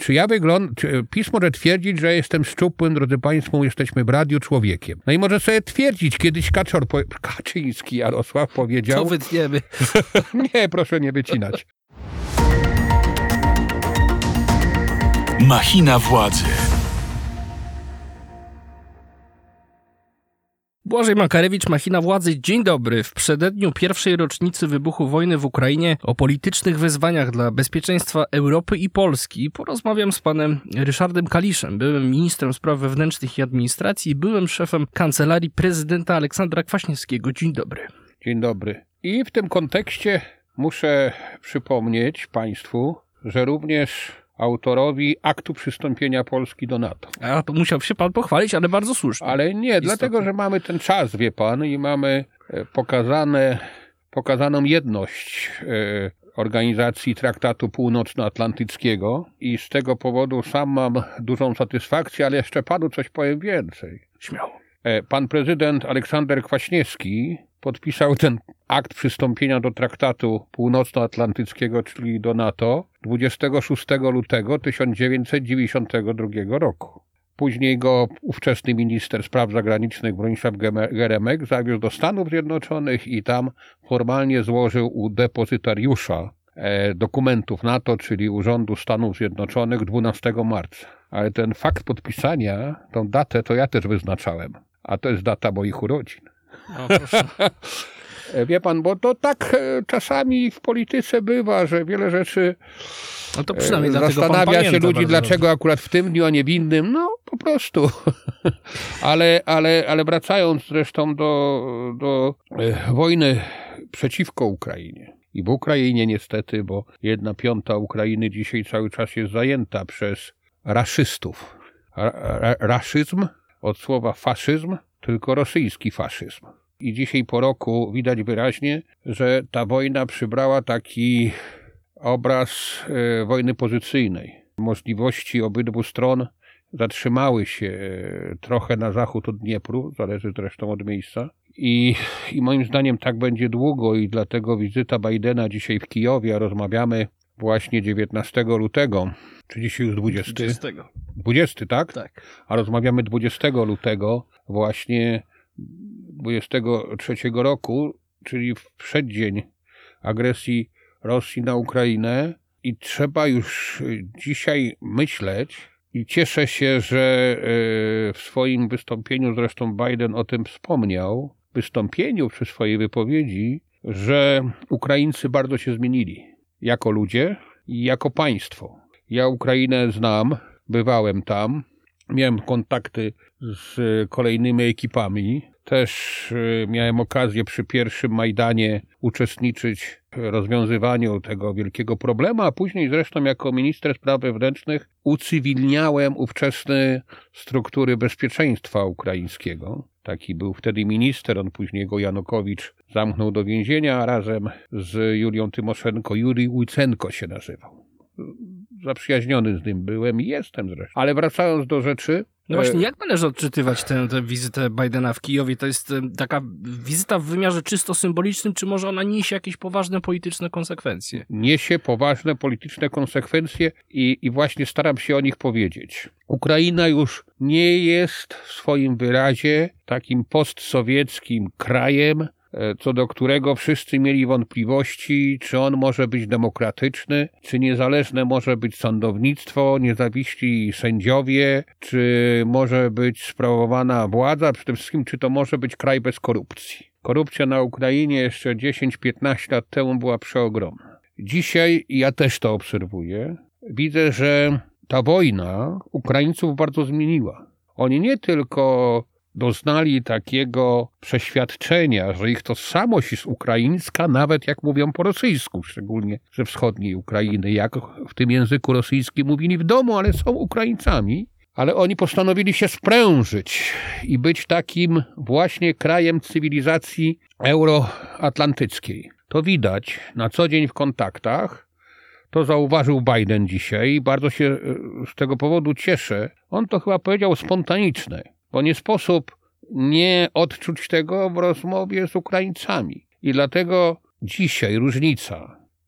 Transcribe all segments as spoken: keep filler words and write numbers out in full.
czy ja wyglądam, czy PiS może twierdzić, że jestem szczupłym, drodzy państwo, jesteśmy w radiu człowiekiem. No i może sobie twierdzić, kiedyś Kaczor, po... Kaczyński Jarosław powiedział... To wytniemy. Nie, proszę nie wycinać. Machina władzy. Błażej Makarewicz, Machina Władzy. Dzień dobry. W przededniu pierwszej rocznicy wybuchu wojny w Ukrainie o politycznych wyzwaniach dla bezpieczeństwa Europy i Polski porozmawiam z panem Ryszardem Kaliszem, byłym ministrem spraw wewnętrznych i administracji i byłym szefem kancelarii prezydenta Aleksandra Kwaśniewskiego. Dzień dobry. Dzień dobry. I w tym kontekście muszę przypomnieć państwu, że również autorowi aktu przystąpienia Polski do NATO. A to musiał się pan pochwalić, ale bardzo słusznie. Ale nie, Istotne. Dlatego, że mamy ten czas, wie pan, i mamy pokazane, pokazaną jedność e, Organizacji Traktatu Północnoatlantyckiego i z tego powodu sam mam dużą satysfakcję, ale jeszcze panu coś powiem więcej. Śmiało. E, pan prezydent Aleksander Kwaśniewski podpisał ten akt przystąpienia do Traktatu Północnoatlantyckiego, czyli do NATO, dwudziestego szóstego lutego tysiąc dziewięćset dziewięćdziesiątego drugiego roku. Później go ówczesny minister spraw zagranicznych Bronisław Geremek zawiózł do Stanów Zjednoczonych i tam formalnie złożył u depozytariusza e, dokumentów NATO, czyli Urzędu Stanów Zjednoczonych dwunastego marca. Ale ten fakt podpisania, tą datę, to ja też wyznaczałem. A to jest data moich urodzin. O, proszę. Wie pan, bo to tak czasami w polityce bywa, że wiele rzeczy no to przynajmniej zastanawia się ludzi, dlaczego akurat w tym dniu, a nie w innym. No po prostu. ale, ale, ale wracając zresztą do, do wojny przeciwko Ukrainie. I w Ukrainie niestety, bo jedna piąta Ukrainy dzisiaj cały czas jest zajęta przez raszystów. Ra, ra, raszyzm od słowa faszyzm, tylko rosyjski faszyzm. I dzisiaj po roku widać wyraźnie, że ta wojna przybrała taki obraz e, wojny pozycyjnej. Możliwości obydwu stron zatrzymały się e, trochę na zachód od Dniepru, zależy zresztą od miejsca. I, I moim zdaniem tak będzie długo i dlatego wizyta Bidena dzisiaj w Kijowie, a rozmawiamy właśnie dziewiętnastego lutego, czy dzisiaj już dwudziestego? dwudziestego. dwudziestego, tak? Tak. A rozmawiamy dwudziestego lutego właśnie dwudziestego trzeciego roku, czyli w przeddzień agresji Rosji na Ukrainę i trzeba już dzisiaj myśleć i cieszę się, że w swoim wystąpieniu, zresztą Biden o tym wspomniał, w wystąpieniu przy swojej wypowiedzi, że Ukraińcy bardzo się zmienili jako ludzie i jako państwo. Ja Ukrainę znam, bywałem tam, miałem kontakty z kolejnymi ekipami. Też miałem okazję przy pierwszym Majdanie uczestniczyć w rozwiązywaniu tego wielkiego problemu, a później zresztą jako minister spraw wewnętrznych ucywilniałem ówczesne struktury bezpieczeństwa ukraińskiego. Taki był wtedy minister, on później go Janukowicz zamknął do więzienia, a razem z Julią Tymoszenko, Jurij Łucenko się nazywał. Zaprzyjaźniony z nim byłem i jestem zresztą. Ale wracając do rzeczy... No właśnie, jak należy odczytywać tę, tę wizytę Bidena w Kijowie? To jest taka wizyta w wymiarze czysto symbolicznym, czy może ona niesie jakieś poważne polityczne konsekwencje? Niesie poważne polityczne konsekwencje i, i właśnie staram się o nich powiedzieć. Ukraina już nie jest w swoim wyrazie takim postsowieckim krajem, co do którego wszyscy mieli wątpliwości, czy on może być demokratyczny, czy niezależne może być sądownictwo, niezawiśli sędziowie, czy może być sprawowana władza, przede wszystkim czy to może być kraj bez korupcji. Korupcja na Ukrainie jeszcze dziesięć piętnaście lat temu była przeogromna. Dzisiaj, ja też to obserwuję, widzę, że ta wojna Ukraińców bardzo zmieniła. Oni nie tylko doznali takiego przeświadczenia, że ich tożsamość jest ukraińska, nawet jak mówią po rosyjsku, szczególnie ze wschodniej Ukrainy, jak w tym języku rosyjskim mówili w domu, ale są Ukraińcami. Ale oni postanowili się sprężyć i być takim właśnie krajem cywilizacji euroatlantyckiej. To widać na co dzień w kontaktach. To zauważył Biden dzisiaj i bardzo się z tego powodu cieszę. On to chyba powiedział spontaniczne, bo nie sposób nie odczuć tego w rozmowie z Ukraińcami. I dlatego dzisiaj różnica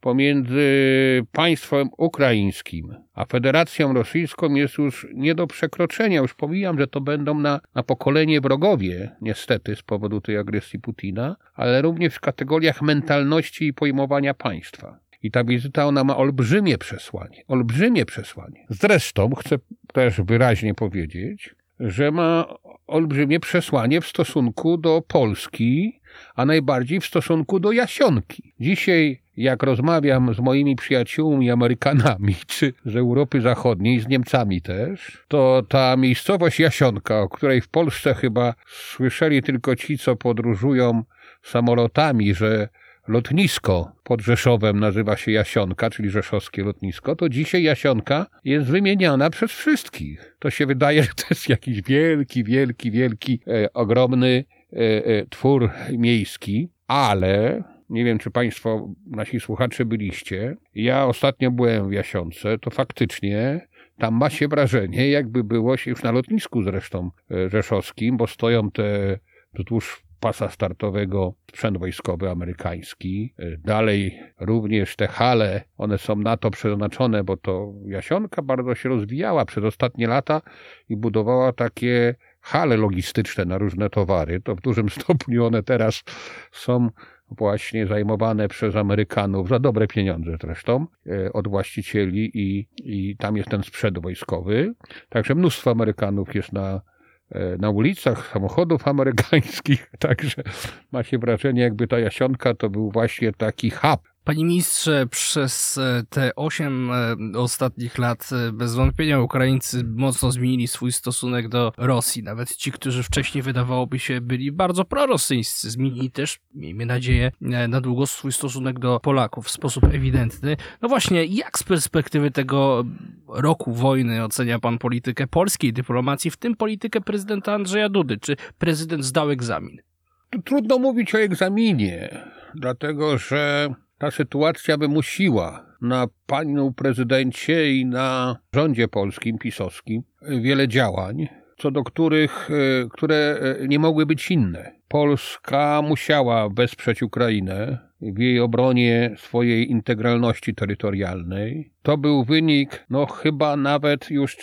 pomiędzy państwem ukraińskim a Federacją Rosyjską jest już nie do przekroczenia. Już pomijam, że to będą na, na pokolenie wrogowie, niestety, z powodu tej agresji Putina, ale również w kategoriach mentalności i pojmowania państwa. I ta wizyta, ona ma olbrzymie przesłanie. Olbrzymie przesłanie. Zresztą chcę też wyraźnie powiedzieć, że ma olbrzymie przesłanie w stosunku do Polski, a najbardziej w stosunku do Jasionki. Dzisiaj, jak rozmawiam z moimi przyjaciółmi Amerykanami, czy z Europy Zachodniej, z Niemcami też, to ta miejscowość Jasionka, o której w Polsce chyba słyszeli tylko ci, co podróżują samolotami, że lotnisko pod Rzeszowem nazywa się Jasionka, czyli rzeszowskie lotnisko, to dzisiaj Jasionka jest wymieniana przez wszystkich. To się wydaje, że to jest jakiś wielki, wielki, wielki, e, ogromny e, e, twór miejski, ale nie wiem, czy państwo, nasi słuchacze byliście. Ja ostatnio byłem w Jasionce, to faktycznie tam ma się wrażenie, jakby było się już na lotnisku zresztą e, rzeszowskim, bo stoją te wzdłuż pasa startowego sprzęt wojskowy amerykański. Dalej również te hale, one są na to przeznaczone, bo to Jasionka bardzo się rozwijała przez ostatnie lata i budowała takie hale logistyczne na różne towary. To w dużym stopniu one teraz są właśnie zajmowane przez Amerykanów, za dobre pieniądze zresztą, od właścicieli i, i tam jest ten sprzęt wojskowy. Także mnóstwo Amerykanów jest na na ulicach samochodów amerykańskich, także ma się wrażenie, jakby ta Jasionka to był właśnie taki hub. Panie ministrze, przez te osiem ostatnich lat bez wątpienia Ukraińcy mocno zmienili swój stosunek do Rosji. Nawet ci, którzy wcześniej wydawałoby się byli bardzo prorosyjscy, zmienili też, miejmy nadzieję, na długo swój stosunek do Polaków w sposób ewidentny. No właśnie, jak z perspektywy tego roku wojny ocenia pan politykę polskiej dyplomacji, w tym politykę prezydenta Andrzeja Dudy? Czy prezydent zdał egzamin? Trudno mówić o egzaminie, dlatego że ta sytuacja wymusiła na panu prezydencie i na rządzie polskim, pisowskim, wiele działań, co do których, które nie mogły być inne. Polska musiała wesprzeć Ukrainę w jej obronie swojej integralności terytorialnej. To był wynik, no chyba nawet już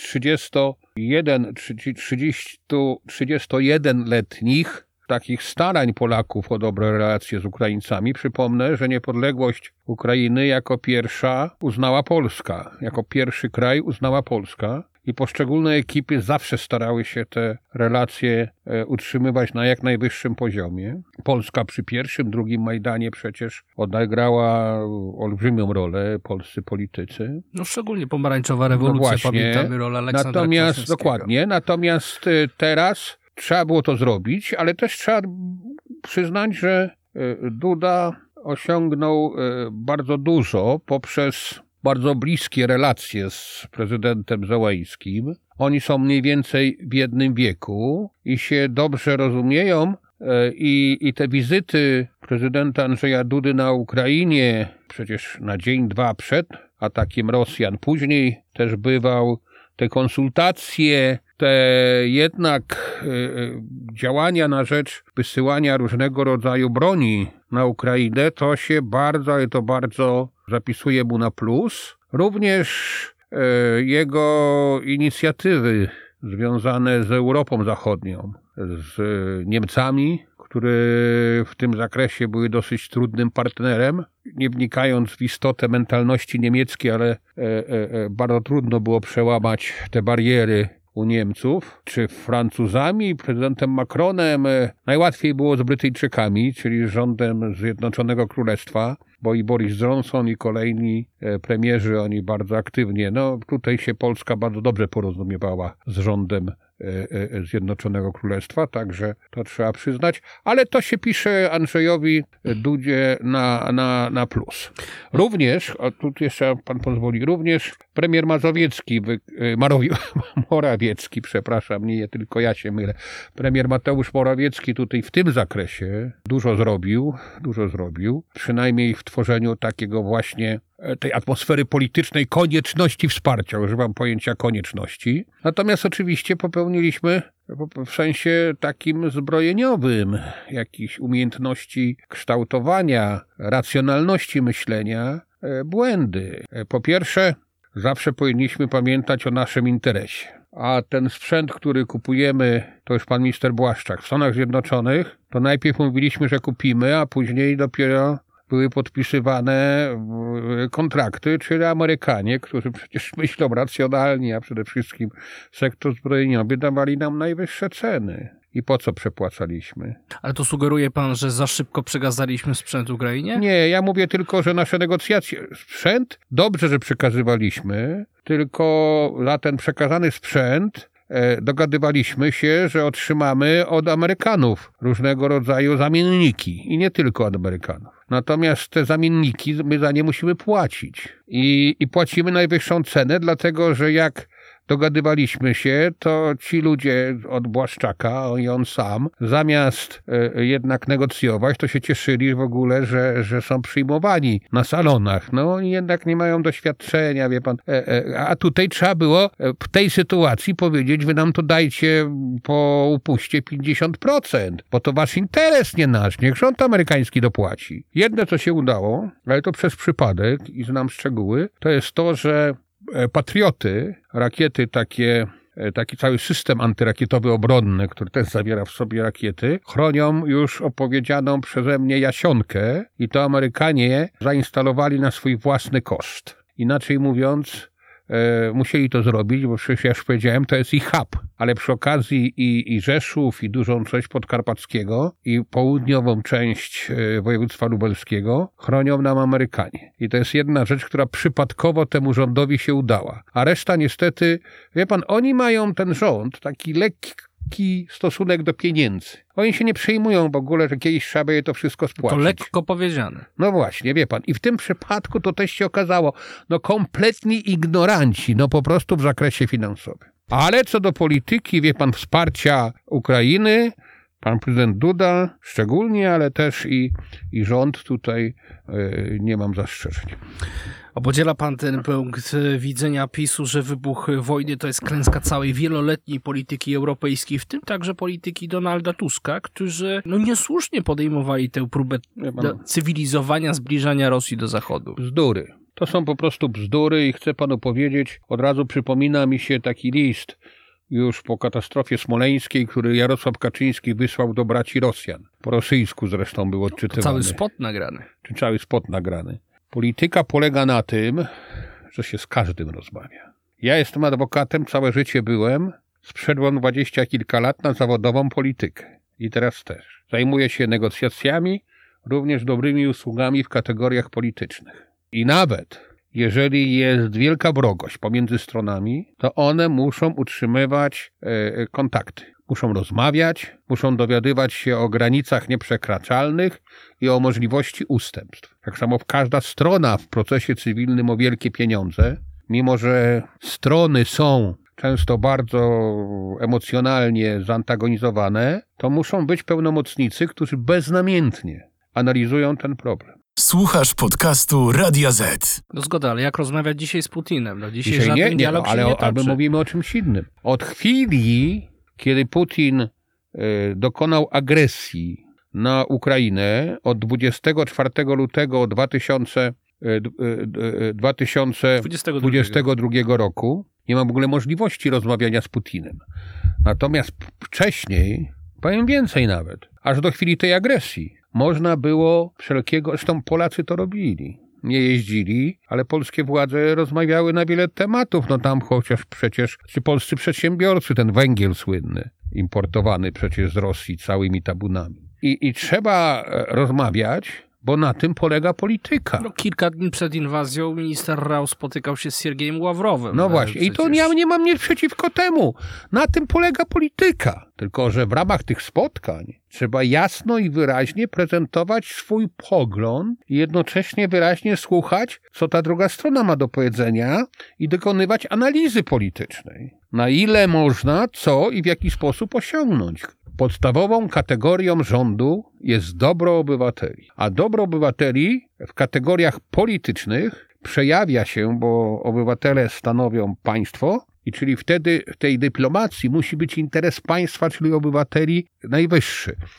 trzydziestojedenletnich takich starań Polaków o dobre relacje z Ukraińcami. Przypomnę, że niepodległość Ukrainy jako pierwsza uznała Polska. Jako pierwszy kraj uznała Polska i poszczególne ekipy zawsze starały się te relacje utrzymywać na jak najwyższym poziomie. Polska przy pierwszym, drugim Majdanie przecież odegrała olbrzymią rolę, polscy politycy. No szczególnie pomarańczowa rewolucja, no pamiętamy rolę Aleksandra Natomiast, dokładnie, natomiast teraz trzeba było to zrobić, ale też trzeba przyznać, że Duda osiągnął bardzo dużo poprzez bardzo bliskie relacje z prezydentem Zełeńskim. Oni są mniej więcej w jednym wieku i się dobrze rozumieją i, i te wizyty prezydenta Andrzeja Dudy na Ukrainie, przecież na dzień, dwa przed atakiem Rosjan, później też bywał, te konsultacje, te jednak y, działania na rzecz wysyłania różnego rodzaju broni na Ukrainę, to się bardzo, ale to bardzo zapisuje mu na plus. Również y, jego inicjatywy związane z Europą Zachodnią, z Niemcami, które w tym zakresie były dosyć trudnym partnerem, nie wnikając w istotę mentalności niemieckiej, ale e, e, bardzo trudno było przełamać te bariery u Niemców, czy Francuzami, prezydentem Macronem. Najłatwiej było z Brytyjczykami, czyli rządem Zjednoczonego Królestwa, bo i Boris Johnson, i kolejni premierzy, oni bardzo aktywnie. No tutaj się Polska bardzo dobrze porozumiewała z rządem Zjednoczonego Królestwa, także to trzeba przyznać, ale to się pisze Andrzejowi Dudzie na, na, na plus. Również, a tu jeszcze pan pozwoli, również premier Mazowiecki, Marowi, Morawiecki, przepraszam, nie tylko ja się mylę, premier Mateusz Morawiecki tutaj w tym zakresie dużo zrobił, dużo zrobił, przynajmniej w tworzeniu takiego właśnie tej atmosfery politycznej konieczności wsparcia, używam pojęcia konieczności. Natomiast oczywiście popełniliśmy w sensie takim zbrojeniowym jakichś umiejętności kształtowania, racjonalności myślenia, błędy. Po pierwsze, zawsze powinniśmy pamiętać o naszym interesie. A ten sprzęt, który kupujemy, to już pan minister Błaszczak, w Stanach Zjednoczonych, to najpierw mówiliśmy, że kupimy, a później dopiero były podpisywane kontrakty, czyli Amerykanie, którzy przecież myślą racjonalnie, a przede wszystkim sektor zbrojeniowy, dawali nam najwyższe ceny. I po co przepłacaliśmy? Ale to sugeruje pan, że za szybko przekazaliśmy sprzęt Ukrainie? Nie, ja mówię tylko, że nasze negocjacje, sprzęt, dobrze, że przekazywaliśmy, tylko za ten przekazany sprzęt e, dogadywaliśmy się, że otrzymamy od Amerykanów różnego rodzaju zamienniki i nie tylko od Amerykanów. Natomiast te zamienniki my za nie musimy płacić i, i płacimy najwyższą cenę, dlatego że jak dogadywaliśmy się, to ci ludzie od Błaszczaka i on sam, zamiast e, jednak negocjować, to się cieszyli w ogóle, że, że są przyjmowani na salonach. No oni jednak nie mają doświadczenia, wie pan. E, e, a tutaj trzeba było w tej sytuacji powiedzieć, wy nam to dajcie po upuście pięćdziesiąt procent, bo to wasz interes, nie nasz. Niech rząd amerykański dopłaci. Jedno, co się udało, ale to przez przypadek i znam szczegóły, to jest to, że Patrioty, rakiety takie, taki cały system antyrakietowy obronny, który też zawiera w sobie rakiety, chronią już opowiedzianą przeze mnie Jasionkę i to Amerykanie zainstalowali na swój własny koszt. Inaczej mówiąc, e, musieli to zrobić, bo przecież ja już powiedziałem, to jest ich hub, ale przy okazji i, i Rzeszów, i dużą część Podkarpackiego, i południową część e, województwa lubelskiego chronią nam Amerykanie. I to jest jedna rzecz, która przypadkowo temu rządowi się udała. A reszta niestety, wie pan, oni mają ten rząd, taki lekki stosunek do pieniędzy. Oni się nie przejmują w ogóle, że kiedyś trzeba by je to wszystko spłacić. To lekko powiedziane. No właśnie, wie pan. I w tym przypadku to też się okazało, no kompletni ignoranci, no po prostu w zakresie finansowym. Ale co do polityki, wie pan, wsparcia Ukrainy, pan prezydent Duda szczególnie, ale też i, i rząd tutaj yy, nie mam zastrzeżeń. A podziela pan ten punkt widzenia PiSu, że wybuch wojny to jest klęska całej wieloletniej polityki europejskiej, w tym także polityki Donalda Tuska, którzy no niesłusznie podejmowali tę próbę cywilizowania, zbliżania Rosji do Zachodu? Bzdury. To są po prostu bzdury i chcę panu powiedzieć, od razu przypomina mi się taki list już po katastrofie smoleńskiej, który Jarosław Kaczyński wysłał do braci Rosjan. Po rosyjsku zresztą był odczytywany. To cały spot nagrany. Czy cały spot nagrany. Polityka polega na tym, że się z każdym rozmawia. Ja jestem adwokatem, całe życie byłem, sprzedłem dwadzieścia kilka lat na zawodową politykę. I teraz też. Zajmuję się negocjacjami, również dobrymi usługami w kategoriach politycznych. I nawet jeżeli jest wielka wrogość pomiędzy stronami, to one muszą utrzymywać e, kontakty. Muszą rozmawiać, muszą dowiadywać się o granicach nieprzekraczalnych i o możliwości ustępstw. Tak samo każda strona w procesie cywilnym o wielkie pieniądze, mimo że strony są często bardzo emocjonalnie zantagonizowane, to muszą być pełnomocnicy, którzy beznamiętnie analizują ten problem. Słuchasz podcastu Radia Z. No zgoda, ale jak rozmawiać dzisiaj z Putinem? No dzisiaj, dzisiaj żaden nie, nie, dialog no, ale się nie o, ale my mówimy o czymś innym. Od chwili, kiedy Putin y, dokonał agresji na Ukrainę od dwudziestego czwartego lutego dwa tysiące dwudziestego drugiego roku, nie ma w ogóle możliwości rozmawiania z Putinem. Natomiast wcześniej, powiem więcej nawet, aż do chwili tej agresji, można było wszelkiego, zresztą Polacy to robili. Nie jeździli, ale polskie władze rozmawiały na wiele tematów. No tam chociaż przecież ci polscy przedsiębiorcy, ten węgiel słynny, importowany przecież z Rosji całymi tabunami. I, i trzeba rozmawiać, bo na tym polega polityka. No, kilka dni przed inwazją minister Rau spotykał się z Siergiejem Ławrowem. No właśnie, przecież... i to ja nie mam nic przeciwko temu. Na tym polega polityka. Tylko że w ramach tych spotkań trzeba jasno i wyraźnie prezentować swój pogląd i jednocześnie wyraźnie słuchać, co ta druga strona ma do powiedzenia i dokonywać analizy politycznej. Na ile można, co i w jaki sposób osiągnąć. Podstawową kategorią rządu jest dobro obywateli. A dobro obywateli w kategoriach politycznych przejawia się, bo obywatele stanowią państwo, i czyli wtedy w tej dyplomacji musi być interes państwa, czyli obywateli najwyższy.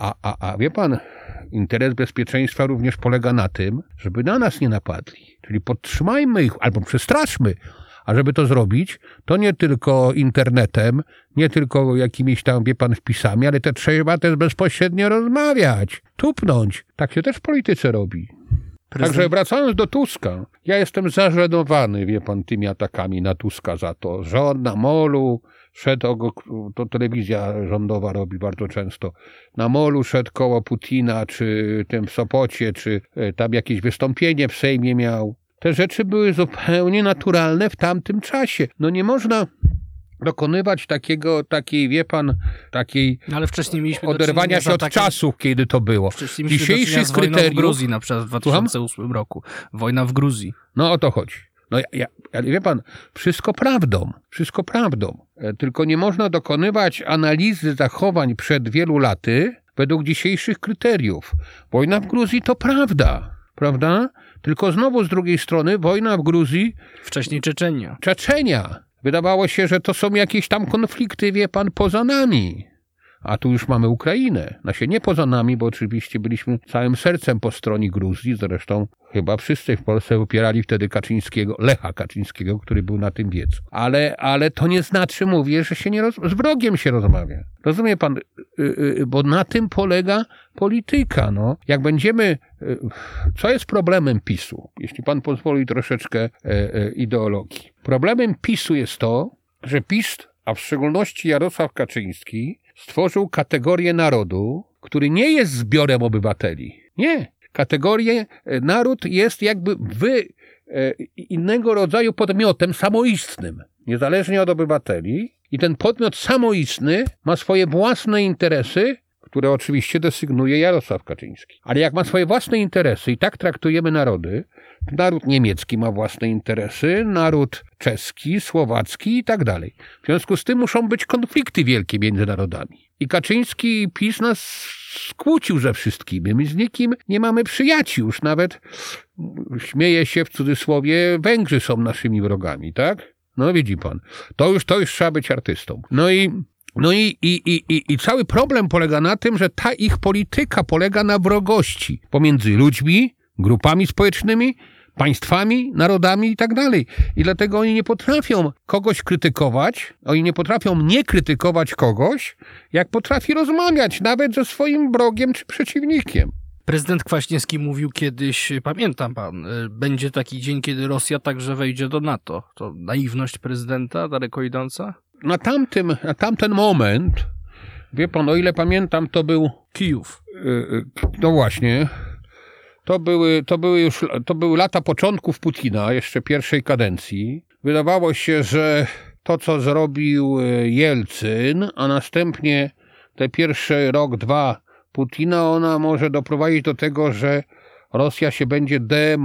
a, a, a wie pan, interes bezpieczeństwa również polega na tym, żeby na nas nie napadli. Czyli podtrzymajmy ich albo przestraszmy. A żeby to zrobić, to nie tylko internetem, nie tylko jakimiś tam, wie pan, wpisami, ale to trzeba też bezpośrednio rozmawiać, tupnąć. Tak się też w polityce robi. Prezydent. Także wracając do Tuska, ja jestem zażenowany, wie pan, tymi atakami na Tuska za to, że on na molu szedł, to telewizja rządowa robi bardzo często, na molu szedł koło Putina, czy tym w Sopocie, czy tam jakieś wystąpienie w Sejmie miał. Te rzeczy były zupełnie naturalne w tamtym czasie. No nie można dokonywać takiego, takiej, wie pan, takiej no ale wcześniej mieliśmy oderwania się od takim... czasów, kiedy to było. Wcześniej mieliśmy dzisiejszych z wojną kryteriów... w Gruzji na przykład w dwa tysiące ósmym roku. Wojna w Gruzji. No o to chodzi. No ja, ja, ale wie pan, wszystko prawdą, wszystko prawdą. E, tylko nie można dokonywać analizy zachowań przed wielu laty według dzisiejszych kryteriów. Wojna w Gruzji to prawda, prawda? Tylko znowu z drugiej strony wojna w Gruzji... Wcześniej Czeczenia. Czeczenia. Wydawało się, że to są jakieś tam konflikty, wie pan, poza nami. A tu już mamy Ukrainę. Znaczy nie poza nami, bo oczywiście byliśmy całym sercem po stronie Gruzji. Zresztą chyba wszyscy w Polsce popierali wtedy Kaczyńskiego, Lecha Kaczyńskiego, który był na tym wiecu. Ale, ale to nie znaczy, mówię, że się nie roz... z wrogiem się rozmawia. Rozumie pan? Yy, yy, bo na tym polega polityka. No. Jak będziemy... Yy, co jest problemem PiSu? Jeśli pan pozwoli troszeczkę yy, yy, ideologii. Problemem PiSu jest to, że PiS, a w szczególności Jarosław Kaczyński, stworzył kategorię narodu, który nie jest zbiorem obywateli. Nie. Kategorię naród jest jakby wy, e, innego rodzaju podmiotem samoistnym, niezależnie od obywateli. I ten podmiot samoistny ma swoje własne interesy, które oczywiście desygnuje Jarosław Kaczyński. Ale jak ma swoje własne interesy i tak traktujemy narody, naród niemiecki ma własne interesy, naród czeski, słowacki i tak dalej. W związku z tym muszą być konflikty wielkie między narodami. I Kaczyński i PiS nas skłócił ze wszystkimi. My z nikim nie mamy przyjaciół. Już nawet, śmieje się w cudzysłowie, Węgrzy są naszymi wrogami, tak? No widzi pan. To już, to już trzeba być artystą. No i No i, i, i, i cały problem polega na tym, że ta ich polityka polega na wrogości pomiędzy ludźmi, grupami społecznymi, państwami, narodami i tak dalej. I dlatego oni nie potrafią kogoś krytykować, oni nie potrafią nie krytykować kogoś, jak potrafi rozmawiać nawet ze swoim wrogiem czy przeciwnikiem. Prezydent Kwaśniewski mówił kiedyś, pamiętam pan, będzie taki dzień, kiedy Rosja także wejdzie do NATO. To naiwność prezydenta daleko idąca? Na tamtym, na tamten moment, wie pan, o ile pamiętam, to był... Kijów. No właśnie. To były, to były już to były lata początków Putina, jeszcze pierwszej kadencji. Wydawało się, że to, co zrobił Jelcyn, a następnie te pierwsze rok, dwa Putina, ona może doprowadzić do tego, że Rosja się będzie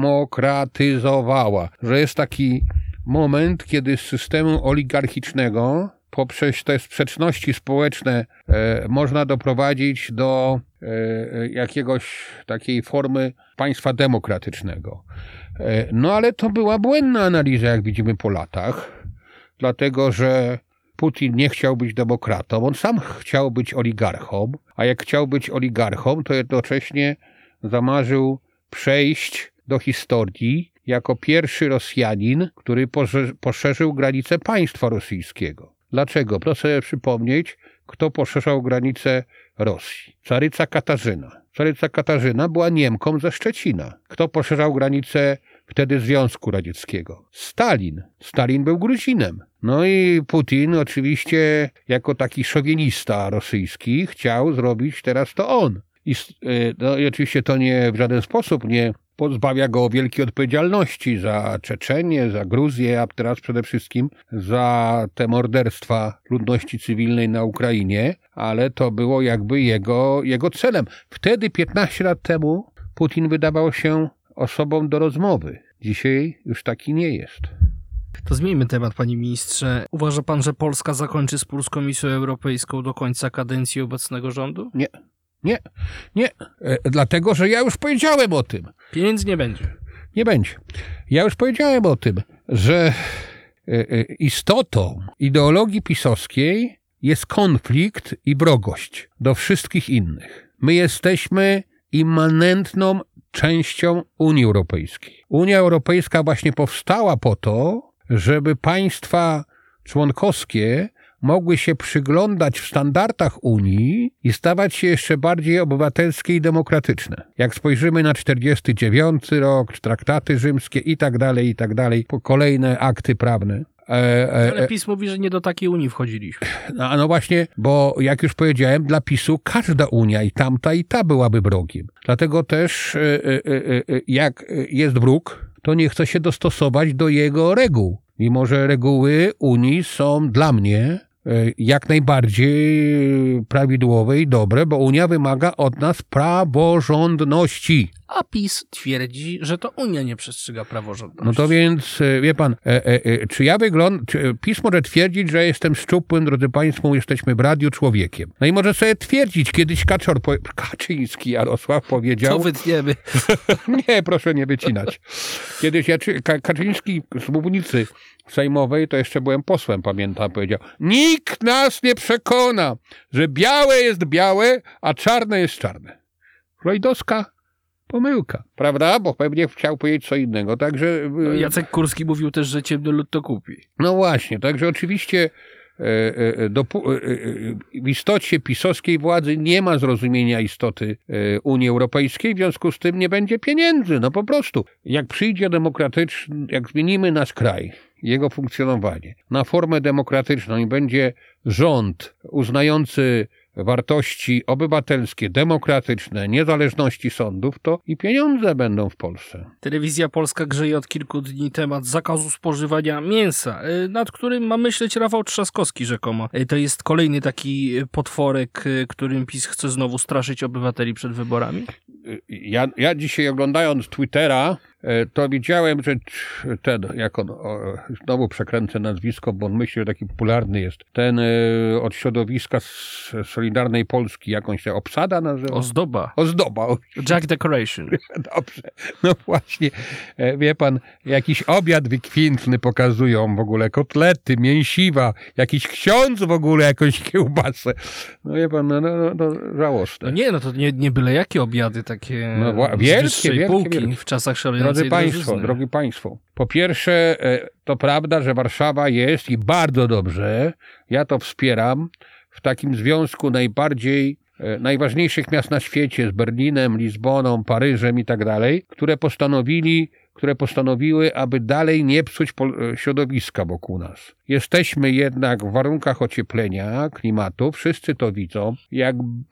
demokratyzowała. Że jest taki moment, kiedy z systemu oligarchicznego poprzez te sprzeczności społeczne e, można doprowadzić do e, jakiegoś takiej formy państwa demokratycznego. E, no ale to była błędna analiza, jak widzimy po latach, dlatego że Putin nie chciał być demokratą, on sam chciał być oligarchą, a jak chciał być oligarchą, to jednocześnie zamarzył przejść do historii jako pierwszy Rosjanin, który poszerzył granice państwa rosyjskiego. Dlaczego? Proszę sobie przypomnieć, kto poszerzał granice Rosji. Caryca Katarzyna. Caryca Katarzyna była Niemką ze Szczecina. Kto poszerzał granice wtedy Związku Radzieckiego? Stalin. Stalin był Gruzinem. No i Putin oczywiście jako taki szowinista rosyjski chciał zrobić teraz to on. I, no i oczywiście to nie w żaden sposób nie pozbawia go wielkiej odpowiedzialności za Czeczenię, za Gruzję, a teraz przede wszystkim za te morderstwa ludności cywilnej na Ukrainie, ale to było jakby jego, jego celem. Wtedy, piętnaście lat temu, Putin wydawał się osobą do rozmowy. Dzisiaj już taki nie jest. To zmieńmy temat, panie ministrze. Uważa pan, że Polska zakończy spór z Komisją Europejską do końca kadencji obecnego rządu? Nie. Nie, nie, e, dlatego, że ja już powiedziałem o tym. Pieniędzy nie będzie. Nie będzie. Ja już powiedziałem o tym, że e, e, istotą ideologii pisowskiej jest konflikt i wrogość do wszystkich innych. My jesteśmy immanentną częścią Unii Europejskiej. Unia Europejska właśnie powstała po to, żeby państwa członkowskie mogły się przyglądać w standardach Unii i stawać się jeszcze bardziej obywatelskie i demokratyczne. Jak spojrzymy na czterdziesty dziewiąty rok, traktaty rzymskie i tak dalej, i tak dalej, po kolejne akty prawne. E, e, Ale PiS mówi, że nie do takiej Unii wchodziliśmy. No, no właśnie, bo jak już powiedziałem, dla PiSu każda Unia, i tamta, i ta byłaby wrogiem. Dlatego też e, e, e, jak jest wróg, to nie chce się dostosować do jego reguł. Mimo że reguły Unii są dla mnie jak najbardziej prawidłowe i dobre, bo Unia wymaga od nas praworządności. A PiS twierdzi, że to Unia nie przestrzega praworządności. No to więc, wie pan, e, e, czy ja wyglądam, czy PiS może twierdzić, że jestem szczupłym, drodzy państwo, jesteśmy w radiu człowiekiem. No i może sobie twierdzić, kiedyś Kaczor, po, Kaczyński Jarosław powiedział... To wytniemy. Nie, proszę nie wycinać. Kiedyś ja, Kaczyński z mównicy sejmowej, to jeszcze byłem posłem, pamiętam, powiedział: nikt nas nie przekona, że białe jest białe, a czarne jest czarne. Freudowska pomyłka, prawda? Bo pewnie chciał powiedzieć co innego, także... No, Jacek Kurski mówił też, że ciemny lud to kupi. No właśnie, także oczywiście do, w istocie pisowskiej władzy nie ma zrozumienia istoty Unii Europejskiej, w związku z tym nie będzie pieniędzy, no po prostu. Jak przyjdzie demokratyczny, jak zmienimy nasz kraj, jego funkcjonowanie na formę demokratyczną i będzie rząd uznający wartości obywatelskie, demokratyczne, niezależności sądów, to i pieniądze będą w Polsce. Telewizja Polska grzeje od kilku dni temat zakazu spożywania mięsa, nad którym ma myśleć Rafał Trzaskowski rzekomo. To jest kolejny taki potworek, którym PiS chce znowu straszyć obywateli przed wyborami? Ja, ja dzisiaj oglądając Twittera, to widziałem, że ten, jak on, o, znowu przekręcę nazwisko, bo on myśli, że taki popularny jest, ten y, od środowiska z Solidarnej Polski, jakąś się obsada nazywa? Ozdoba. Ozdoba. Jack Decoration. Dobrze. No właśnie, wie pan, jakiś obiad wykwintny pokazują w ogóle, kotlety, mięsiwa, jakiś ksiądz w ogóle, jakąś kiełbasę. No wie pan, no, no, no żałosne. No nie, no to nie, nie byle jakie obiady, takie no, wielkie, z wielkie, półki wielkie. W czasach szalejącej Drodzy państwo, drożyzny. drogi państwo, po pierwsze, to prawda, że Warszawa jest i bardzo dobrze, ja to wspieram, w takim związku najbardziej, najważniejszych miast na świecie z Berlinem, Lizboną, Paryżem i tak dalej, które postanowili, które postanowiły, aby dalej nie psuć środowiska wokół nas. Jesteśmy jednak w warunkach ocieplenia klimatu, wszyscy to widzą. Jak,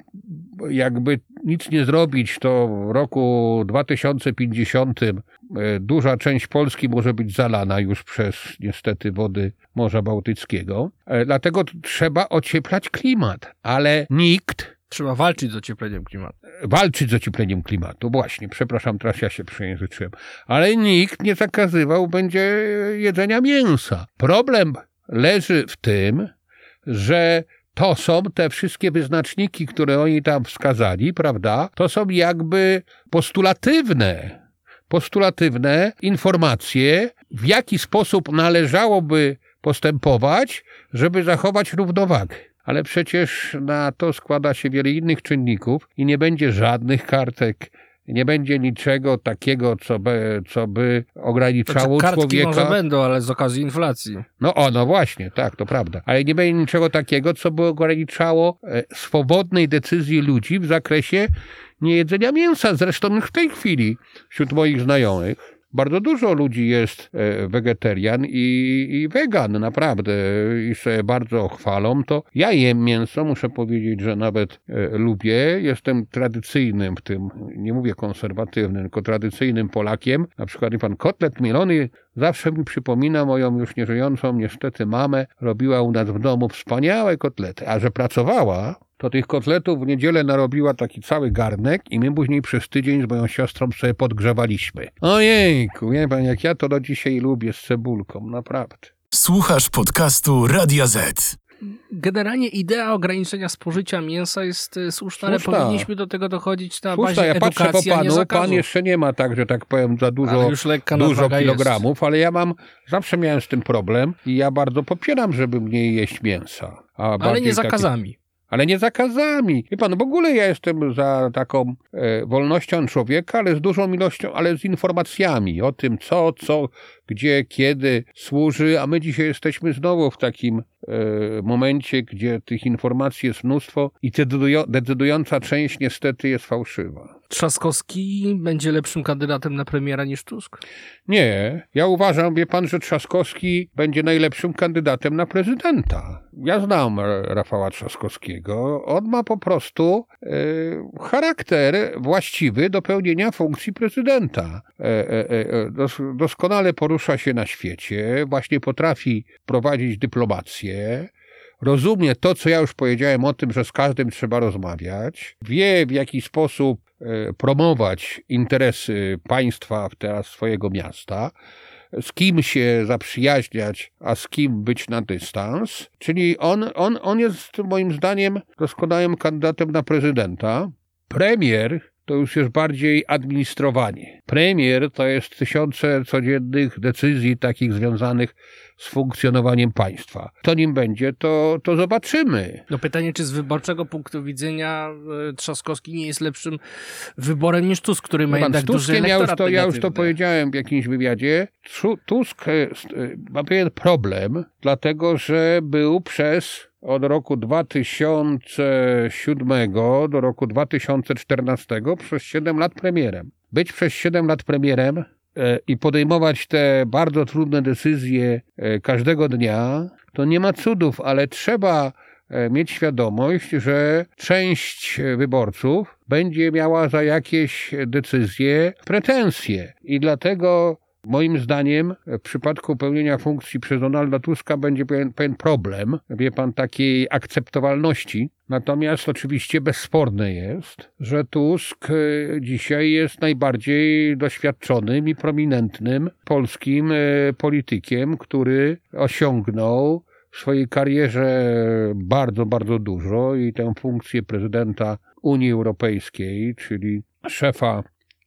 jakby nic nie zrobić, to w roku dwa tysiące pięćdziesiątym duża część Polski może być zalana już przez niestety wody Morza Bałtyckiego. Dlatego trzeba ocieplać klimat, ale nikt... Trzeba walczyć z ociepleniem klimatu. Walczyć z ociepleniem klimatu, właśnie, przepraszam, teraz ja się przejęzyczyłem. Ale nikt nie zakazywał będzie jedzenia mięsa. Problem leży w tym, że to są te wszystkie wyznaczniki, które oni tam wskazali, prawda? To są jakby postulatywne, postulatywne informacje, w jaki sposób należałoby postępować, żeby zachować równowagę. Ale przecież na to składa się wiele innych czynników i nie będzie żadnych kartek, nie będzie niczego takiego, co by, co by ograniczało znaczy, kartki człowieka. może będą, ale z okazji inflacji. No o, no właśnie, tak, to prawda. Ale nie będzie niczego takiego, co by ograniczało e, swobodnej decyzji ludzi w zakresie niejedzenia mięsa. Zresztą w tej chwili wśród moich znajomych bardzo dużo ludzi jest wegetarian i, i wegan, naprawdę, i sobie bardzo chwalą to. Ja jem mięso, muszę powiedzieć, że nawet e, lubię. Jestem tradycyjnym w tym, nie mówię konserwatywnym, tylko tradycyjnym Polakiem. Na przykład pan kotlet mielony zawsze mi przypomina moją już nieżyjącą niestety mamę. Robiła u nas w domu wspaniałe kotlety, a że pracowała, to tych kotletów w niedzielę narobiła taki cały garnek i my później przez tydzień z moją siostrą sobie podgrzewaliśmy. Ojejku, wie pan, jak ja to do dzisiaj lubię z cebulką, naprawdę. Słuchasz podcastu Radia Z. Generalnie idea ograniczenia spożycia mięsa jest słuszna, ale Słuszna. powinniśmy do tego dochodzić na Słuszna, bazie ja patrzę edukacji, po a nie panu, zakazu. pan jeszcze nie ma tak, że tak powiem, za dużo, Ale już lekka dużo nadwaga kilogramów, ale ja mam, zawsze miałem z tym problem i ja bardzo popieram, żeby mniej jeść mięsa. A Ale bardziej nie takie- zakazami. ale nie zakazami. Wie pan, w ogóle ja jestem za taką e, wolnością człowieka, ale z dużą ilością, ale z informacjami o tym, co, co, gdzie, kiedy służy, a my dzisiaj jesteśmy znowu w takim e, momencie, gdzie tych informacji jest mnóstwo i decydują, decydująca część niestety jest fałszywa. Trzaskowski będzie lepszym kandydatem na premiera niż Tusk? Nie, ja uważam, wie pan, że Trzaskowski będzie najlepszym kandydatem na prezydenta. Ja znam Rafała Trzaskowskiego. On ma po prostu e, charakter właściwy do pełnienia funkcji prezydenta. E, e, e, dos, doskonale porusza się na świecie, właśnie potrafi prowadzić dyplomację, rozumie to, co ja już powiedziałem o tym, że z każdym trzeba rozmawiać, wie w jaki sposób e, promować interesy państwa, teraz swojego miasta, z kim się zaprzyjaźniać, a z kim być na dystans. Czyli on, on, on jest moim zdaniem doskonałym kandydatem na prezydenta. Premier to już jest bardziej administrowanie. Premier to jest tysiące codziennych decyzji takich związanych z funkcjonowaniem państwa. Kto nim będzie, to, to zobaczymy. No pytanie, czy z wyborczego punktu widzenia Trzaskowski nie jest lepszym wyborem niż Tusk, który ma no jednak duży elektorat ja już, to, ja już to negatywny. powiedziałem w jakimś wywiadzie. Tusk ma pewien problem, dlatego że był przez od roku dwa tysiące siódmego do roku dwa tysiące czternastego przez siedem lat premierem. Być przez siedem lat premierem e, i podejmować te bardzo trudne decyzje e, każdego dnia, to nie ma cudów, ale trzeba e, mieć świadomość, że część wyborców będzie miała za jakieś decyzje pretensje i dlatego moim zdaniem w przypadku pełnienia funkcji przez Donalda Tuska będzie pewien, pewien problem, wie pan, takiej akceptowalności. Natomiast oczywiście bezsporne jest, że Tusk dzisiaj jest najbardziej doświadczonym i prominentnym polskim politykiem, który osiągnął w swojej karierze bardzo, bardzo dużo i tę funkcję prezydenta Unii Europejskiej, czyli szefa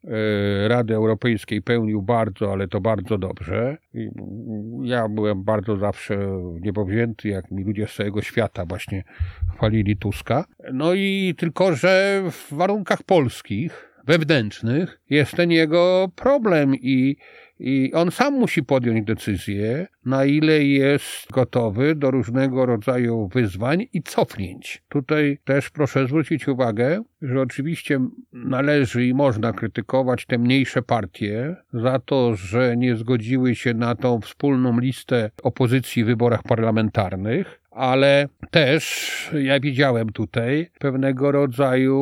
Rady Europejskiej pełnił bardzo, ale to bardzo dobrze. I ja byłem bardzo zawsze niepowzięty, jak mi ludzie z całego świata właśnie chwalili Tuska. No i tylko, że w warunkach polskich, wewnętrznych jest ten jego problem i, i on sam musi podjąć decyzję, na ile jest gotowy do różnego rodzaju wyzwań i cofnięć. Tutaj też proszę zwrócić uwagę, że oczywiście należy i można krytykować te mniejsze partie za to, że nie zgodziły się na tą wspólną listę opozycji w wyborach parlamentarnych, ale też ja widziałem tutaj pewnego rodzaju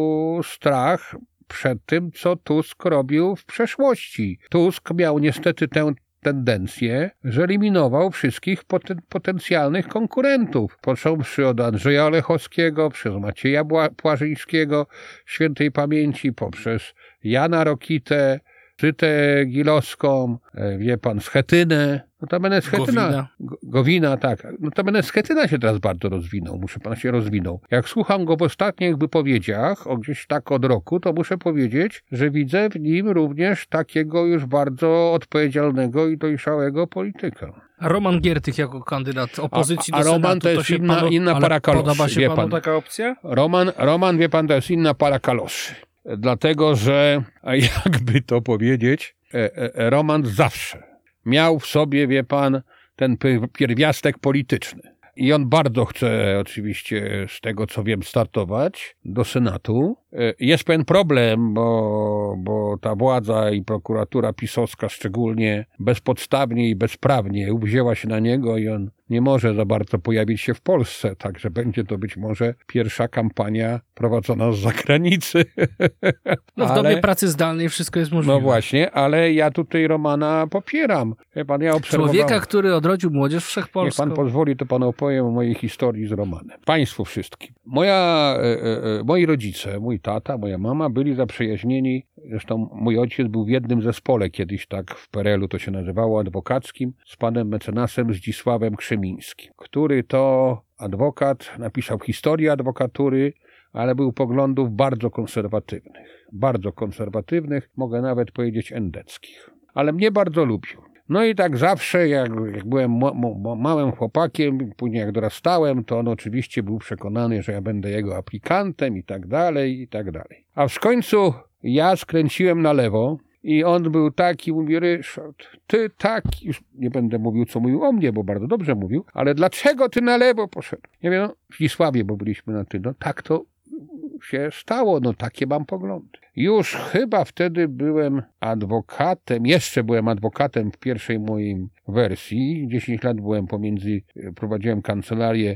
strach przed tym, co Tusk robił w przeszłości. Tusk miał niestety tę tendencję, że eliminował wszystkich poten- potencjalnych konkurentów, począwszy od Andrzeja Olechowskiego, przez Macieja Płażyńskiego, świętej pamięci, poprzez Jana Rokitę, Zytę Gilowską, wie pan, Schetynę. Notabene Schetyna, Gowina. Gowina, tak. Notabene Schetyna się teraz bardzo rozwinął, muszę pan się rozwinął. Jak słucham go w ostatnich wypowiedziach, o gdzieś tak od roku, to muszę powiedzieć, że widzę w nim również takiego już bardzo odpowiedzialnego i dojrzałego polityka. A Roman Giertych jako kandydat opozycji A, a do Roman Senatu, to jest się inna, panu, inna ale para kaloszy, podoba się wie panu pan. taka opcja? Roman, Roman, wie pan, to jest inna para kaloszy. Dlatego, że, a jakby to powiedzieć, Roman zawsze miał w sobie, wie pan, ten pierwiastek polityczny. I on bardzo chce oczywiście, z tego co wiem, startować do Senatu. Jest pewien problem, bo, bo ta władza i prokuratura pisowska szczególnie bezpodstawnie i bezprawnie wzięła się na niego i on nie może za bardzo pojawić się w Polsce, także będzie to być może pierwsza kampania prowadzona z zagranicy. No w ale, dobie pracy zdalnej wszystko jest możliwe. No właśnie, ale ja tutaj Romana popieram. Wie pan, ja obserwowałem... Człowieka, który odrodził młodzież wszechpolską. Niech pan pozwoli, to panu opowiem o mojej historii z Romanem. Państwu wszystkim. Moja, e, e, moi rodzice, mój tata, moja mama byli zaprzyjaźnieni. Zresztą mój ojciec był w jednym zespole, kiedyś tak w P R L u to się nazywało, adwokackim, z panem mecenasem Zdzisławem Krzemińskim, który to adwokat, napisał historię adwokatury, ale był poglądów bardzo konserwatywnych. Bardzo konserwatywnych, mogę nawet powiedzieć endeckich. Ale mnie bardzo lubił. No i tak zawsze, jak, jak byłem mo, mo, małym chłopakiem, później jak dorastałem, to on oczywiście był przekonany, że ja będę jego aplikantem i tak dalej, i tak dalej. A w końcu ja skręciłem na lewo i on był taki, mówi, Ryszard, ty tak, już nie będę mówił, co mówił o mnie, bo bardzo dobrze mówił, ale dlaczego ty na lewo poszedł? Ja wiem, no, w Zdzisławie, bo byliśmy na ty, no tak to się stało, no takie mam poglądy. Już chyba wtedy byłem adwokatem, jeszcze byłem adwokatem w pierwszej mojej wersji. dziesięć lat byłem pomiędzy, prowadziłem kancelarię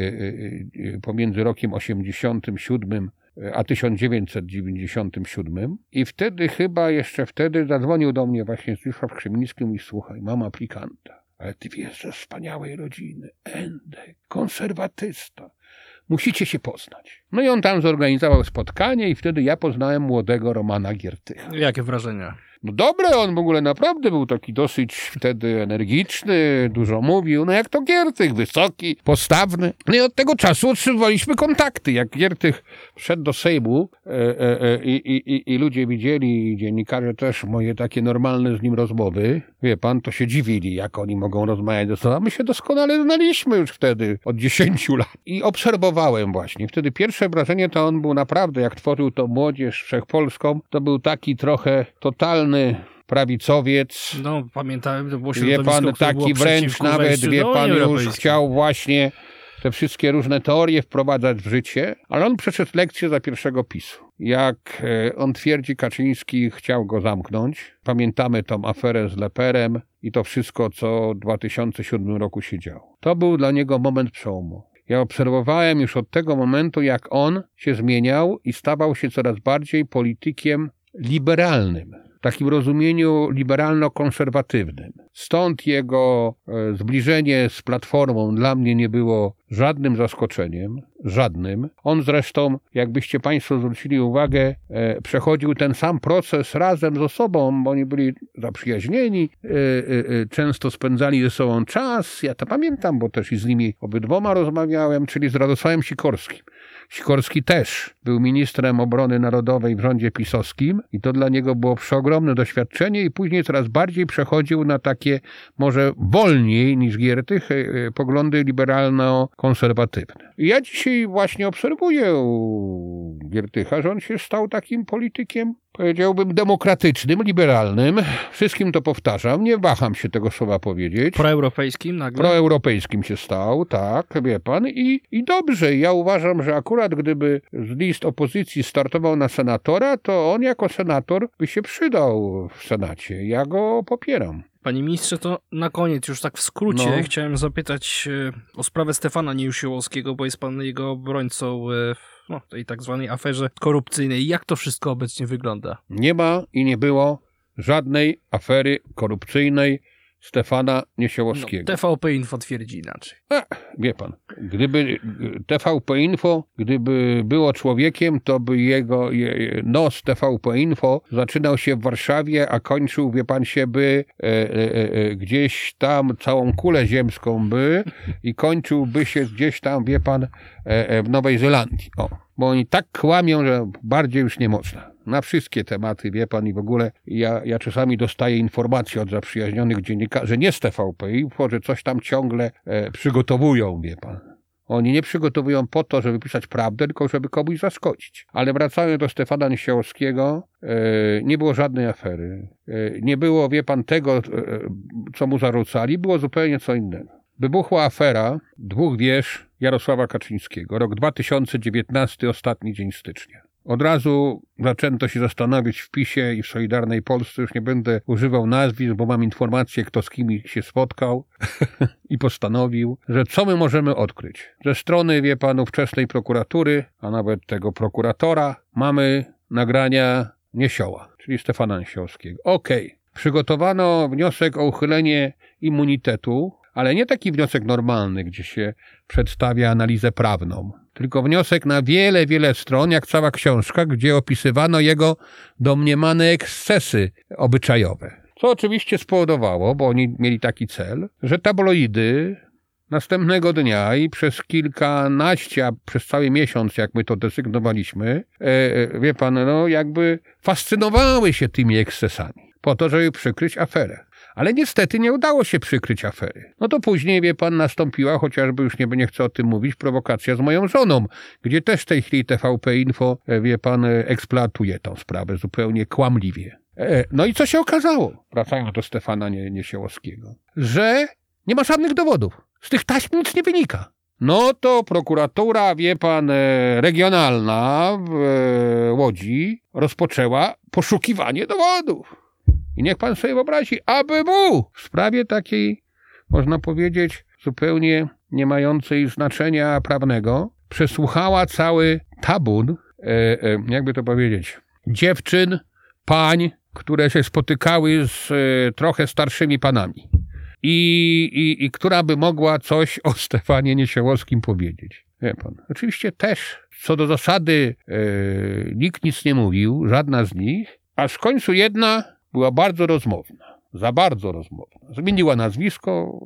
pomiędzy rokiem osiemdziesiątym siódmym a tysiąc dziewięćset dziewięćdziesiątym siódmym i wtedy chyba, jeszcze wtedy zadzwonił do mnie właśnie Zdzisław Krzemiński i mówi, słuchaj, mam aplikanta, ale ty wiesz, ze wspaniałej rodziny, endek, konserwatysta. Musicie się poznać. No i on tam zorganizował spotkanie i wtedy ja poznałem młodego Romana Giertycha. Jakie wrażenia? No dobre, on w ogóle naprawdę był taki dosyć wtedy energiczny, dużo mówił, no jak to Giertych, wysoki, postawny. No i od tego czasu otrzymywaliśmy kontakty. Jak Giertych wszedł do Sejmu e, e, e, i, i, i ludzie widzieli, dziennikarze też, moje takie normalne z nim rozmowy, wie pan, to się dziwili, jak oni mogą rozmawiać ze sobą. A my się doskonale znaliśmy już wtedy, od dziesięciu lat. I obserwowałem właśnie. Wtedy pierwsze wrażenie to on był naprawdę, jak tworzył to Młodzież Wszechpolską, to był taki trochę totalny prawicowiec. No, pamiętałem, to było wie pan, taki wręcz nawet, wie pan, już chciał właśnie te wszystkie różne teorie wprowadzać w życie, ale on przeszedł lekcję za pierwszego PiSu. Jak on twierdzi, Kaczyński chciał go zamknąć. Pamiętamy tą aferę z Leperem i to wszystko, co w dwa tysiące siódmym roku się działo. To był dla niego moment przełomu. Ja obserwowałem już od tego momentu, jak on się zmieniał i stawał się coraz bardziej politykiem liberalnym. W takim rozumieniu liberalno-konserwatywnym. Stąd jego e, zbliżenie z Platformą dla mnie nie było żadnym zaskoczeniem, żadnym. On zresztą, jakbyście państwo zwrócili uwagę, e, przechodził ten sam proces razem z osobą, bo oni byli zaprzyjaźnieni, e, e, często spędzali ze sobą czas. Ja to pamiętam, bo też i z nimi obydwoma rozmawiałem, czyli z Radosławem Sikorskim. Sikorski też był ministrem obrony narodowej w rządzie pisowskim i to dla niego było przeogromne doświadczenie i później coraz bardziej przechodził na takie może wolniej niż Giertych poglądy liberalno-konserwatywne. I ja dzisiaj właśnie obserwuję u Giertycha, że on się stał takim politykiem, powiedziałbym, demokratycznym, liberalnym. Wszystkim to powtarzam, nie waham się tego słowa powiedzieć. Proeuropejskim nagle? Proeuropejskim się stał, tak, wie pan. I, i dobrze, ja uważam, że akurat gdyby z list opozycji startował na senatora, to on jako senator by się przydał w Senacie. Ja go popieram. Panie ministrze, to na koniec, już tak w skrócie, no. Chciałem zapytać o sprawę Stefana Niesiołowskiego, bo jest pan jego obrońcą w no, tej tak zwanej aferze korupcyjnej. Jak to wszystko obecnie wygląda? Nie ma i nie było żadnej afery korupcyjnej Stefana Niesiołowskiego. No, T V P Info twierdzi inaczej. A, wie pan, gdyby T V P Info, gdyby było człowiekiem, to by jego nos T V P Info zaczynał się w Warszawie, a kończył, wie pan, się by e, e, e, gdzieś tam całą kulę ziemską by i kończyłby się gdzieś tam, wie pan, e, w Nowej Zelandii. O, bo oni tak kłamią, że bardziej już nie można. Na wszystkie tematy, wie pan, i w ogóle ja, ja czasami dostaję informacje od zaprzyjaźnionych dziennikarzy, nie z T V P Info, że coś tam ciągle e, przygotowują, wie pan. Oni nie przygotowują po to, żeby pisać prawdę, tylko żeby komuś zaskoczyć. Ale wracając do Stefana Niesiołowskiego, e, nie było żadnej afery. E, nie było, wie pan, tego, e, co mu zarzucali, było zupełnie co innego. Wybuchła afera dwóch wież Jarosława Kaczyńskiego. Rok dwa tysiące dziewiętnasty, ostatni dzień stycznia. Od razu zaczęto się zastanawiać w PiSie i w Solidarnej Polsce, już nie będę używał nazwisk, bo mam informację, kto z kim się spotkał i postanowił, że co my możemy odkryć. Ze strony, wie pan, ówczesnej prokuratury, a nawet tego prokuratora, mamy nagrania Niesioła, czyli Stefana Niesiołowskiego. Okej, okay. Przygotowano wniosek o uchylenie immunitetu, ale nie taki wniosek normalny, gdzie się przedstawia analizę prawną, tylko wniosek na wiele, wiele stron, jak cała książka, gdzie opisywano jego domniemane ekscesy obyczajowe. Co oczywiście spowodowało, bo oni mieli taki cel, że tabloidy następnego dnia i przez kilkanaście, a przez cały miesiąc, jak my to desygnowaliśmy, e, wie pan, no jakby fascynowały się tymi ekscesami, po to, żeby przykryć aferę. Ale niestety nie udało się przykryć afery. No to później, wie pan, nastąpiła, chociażby już nie, nie chcę o tym mówić, prowokacja z moją żoną, gdzie też w tej chwili T V P Info, wie pan, eksploatuje tą sprawę zupełnie kłamliwie. No i co się okazało, wracając do Stefana Niesiełowskiego, że nie ma żadnych dowodów. Z tych taśm nic nie wynika. No to prokuratura, wie pan, regionalna w Łodzi rozpoczęła poszukiwanie dowodów. I niech pan sobie wyobrazi, A B W w sprawie takiej, można powiedzieć, zupełnie nie mającej znaczenia prawnego, przesłuchała cały tabun, e, e, jakby to powiedzieć, dziewczyn, pań, które się spotykały z e, trochę starszymi panami. I, i, i która by mogła coś o Stefanie Niesiełowskim powiedzieć. Wie pan, oczywiście też co do zasady e, nikt nic nie mówił, żadna z nich, aż w końcu jedna była bardzo rozmowna, za bardzo rozmowna. Zmieniła nazwisko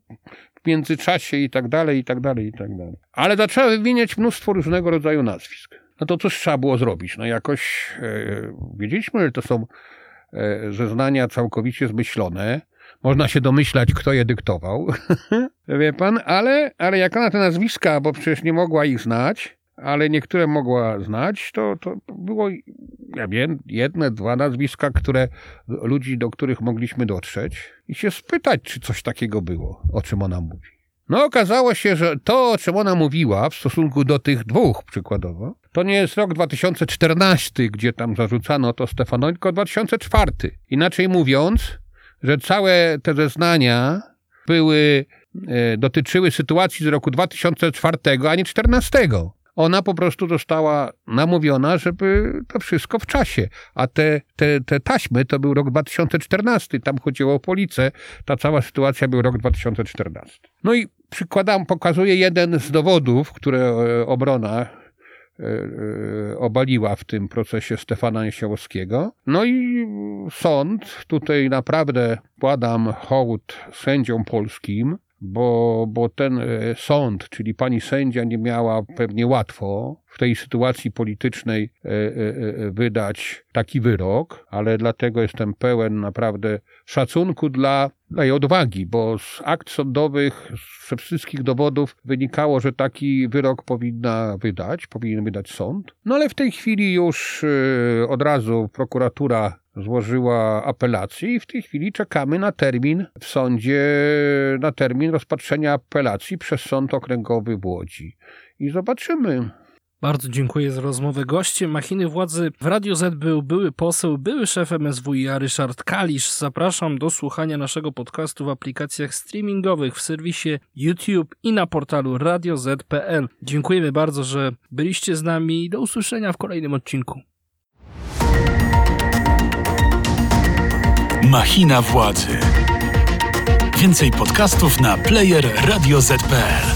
w międzyczasie i tak dalej, i tak dalej, i tak dalej. Ale zaczęła wymieniać mnóstwo różnego rodzaju nazwisk. No to cóż trzeba było zrobić? No jakoś e, wiedzieliśmy, że to są e, zeznania całkowicie zmyślone. Można się domyślać, kto je dyktował, wie pan, ale, ale jak ona te nazwiska, bo przecież nie mogła ich znać, ale niektóre mogła znać, to, to było, ja wiem, jedne, dwa nazwiska, które ludzi, do których mogliśmy dotrzeć i się spytać, czy coś takiego było, o czym ona mówi. No okazało się, że to, o czym ona mówiła w stosunku do tych dwóch przykładowo, to nie jest rok dwa tysiące czternasty, gdzie tam zarzucano to Stefanowi, tylko dwa tysiące czwarty. Inaczej mówiąc, że całe te zeznania były, e, dotyczyły sytuacji z roku dwa tysiące czwartego, a nie czternastego. Ona po prostu została namówiona, żeby to wszystko w czasie. A te, te, te taśmy to był rok dwa tysiące czternasty, tam chodziło o Policę, ta cała sytuacja był rok dwa tysiące czternasty. No i przykładam, pokazuję jeden z dowodów, które obrona obaliła w tym procesie Stefana Niesiełowskiego. No i sąd, tutaj naprawdę kładam hołd sędziom polskim, bo, bo ten sąd, czyli pani sędzia nie miała pewnie łatwo w tej sytuacji politycznej wydać taki wyrok, ale dlatego jestem pełen naprawdę szacunku dla, dla jej odwagi, bo z akt sądowych, ze wszystkich dowodów wynikało, że taki wyrok powinna wydać, powinien wydać sąd. No ale w tej chwili już od razu prokuratura złożyła apelację i w tej chwili czekamy na termin w sądzie, na termin rozpatrzenia apelacji przez Sąd Okręgowy w Łodzi. I zobaczymy. Bardzo dziękuję za rozmowę. Gościem Machiny Władzy w Radio Z był były poseł, były szef M S W iA Ryszard Kalisz. Zapraszam do słuchania naszego podcastu w aplikacjach streamingowych, w serwisie YouTube i na portalu radio zet kropka pe el. Dziękujemy bardzo, że byliście z nami i do usłyszenia w kolejnym odcinku. Machina Władzy. Więcej podcastów na player radio zet kropka pe el.